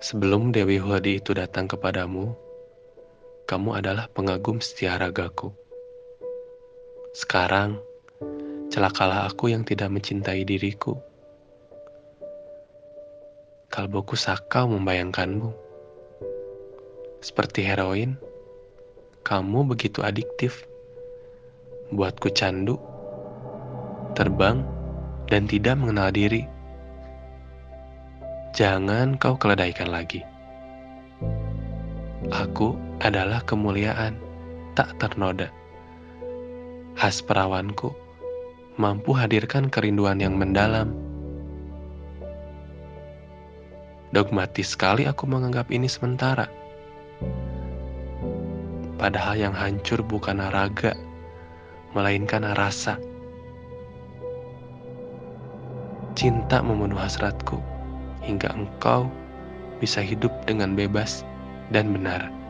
Sebelum Dewi Huadi itu datang kepadamu, kamu adalah pengagum setia ragaku. Sekarang, celakalah aku yang tidak mencintai diriku. Kalbuku sakau membayangkanmu. Seperti heroin, kamu begitu adiktif. Buatku candu, terbang, dan tidak mengenal diri. Jangan kau keledaikan lagi. Aku adalah kemuliaan, tak ternoda. Khas perawanku, mampu hadirkan kerinduan yang mendalam. Dogmatis sekali aku menganggap ini sementara. Padahal yang hancur bukan raga, melainkan rasa. Cinta memenuhi hasratku, hingga engkau bisa hidup dengan bebas dan benar.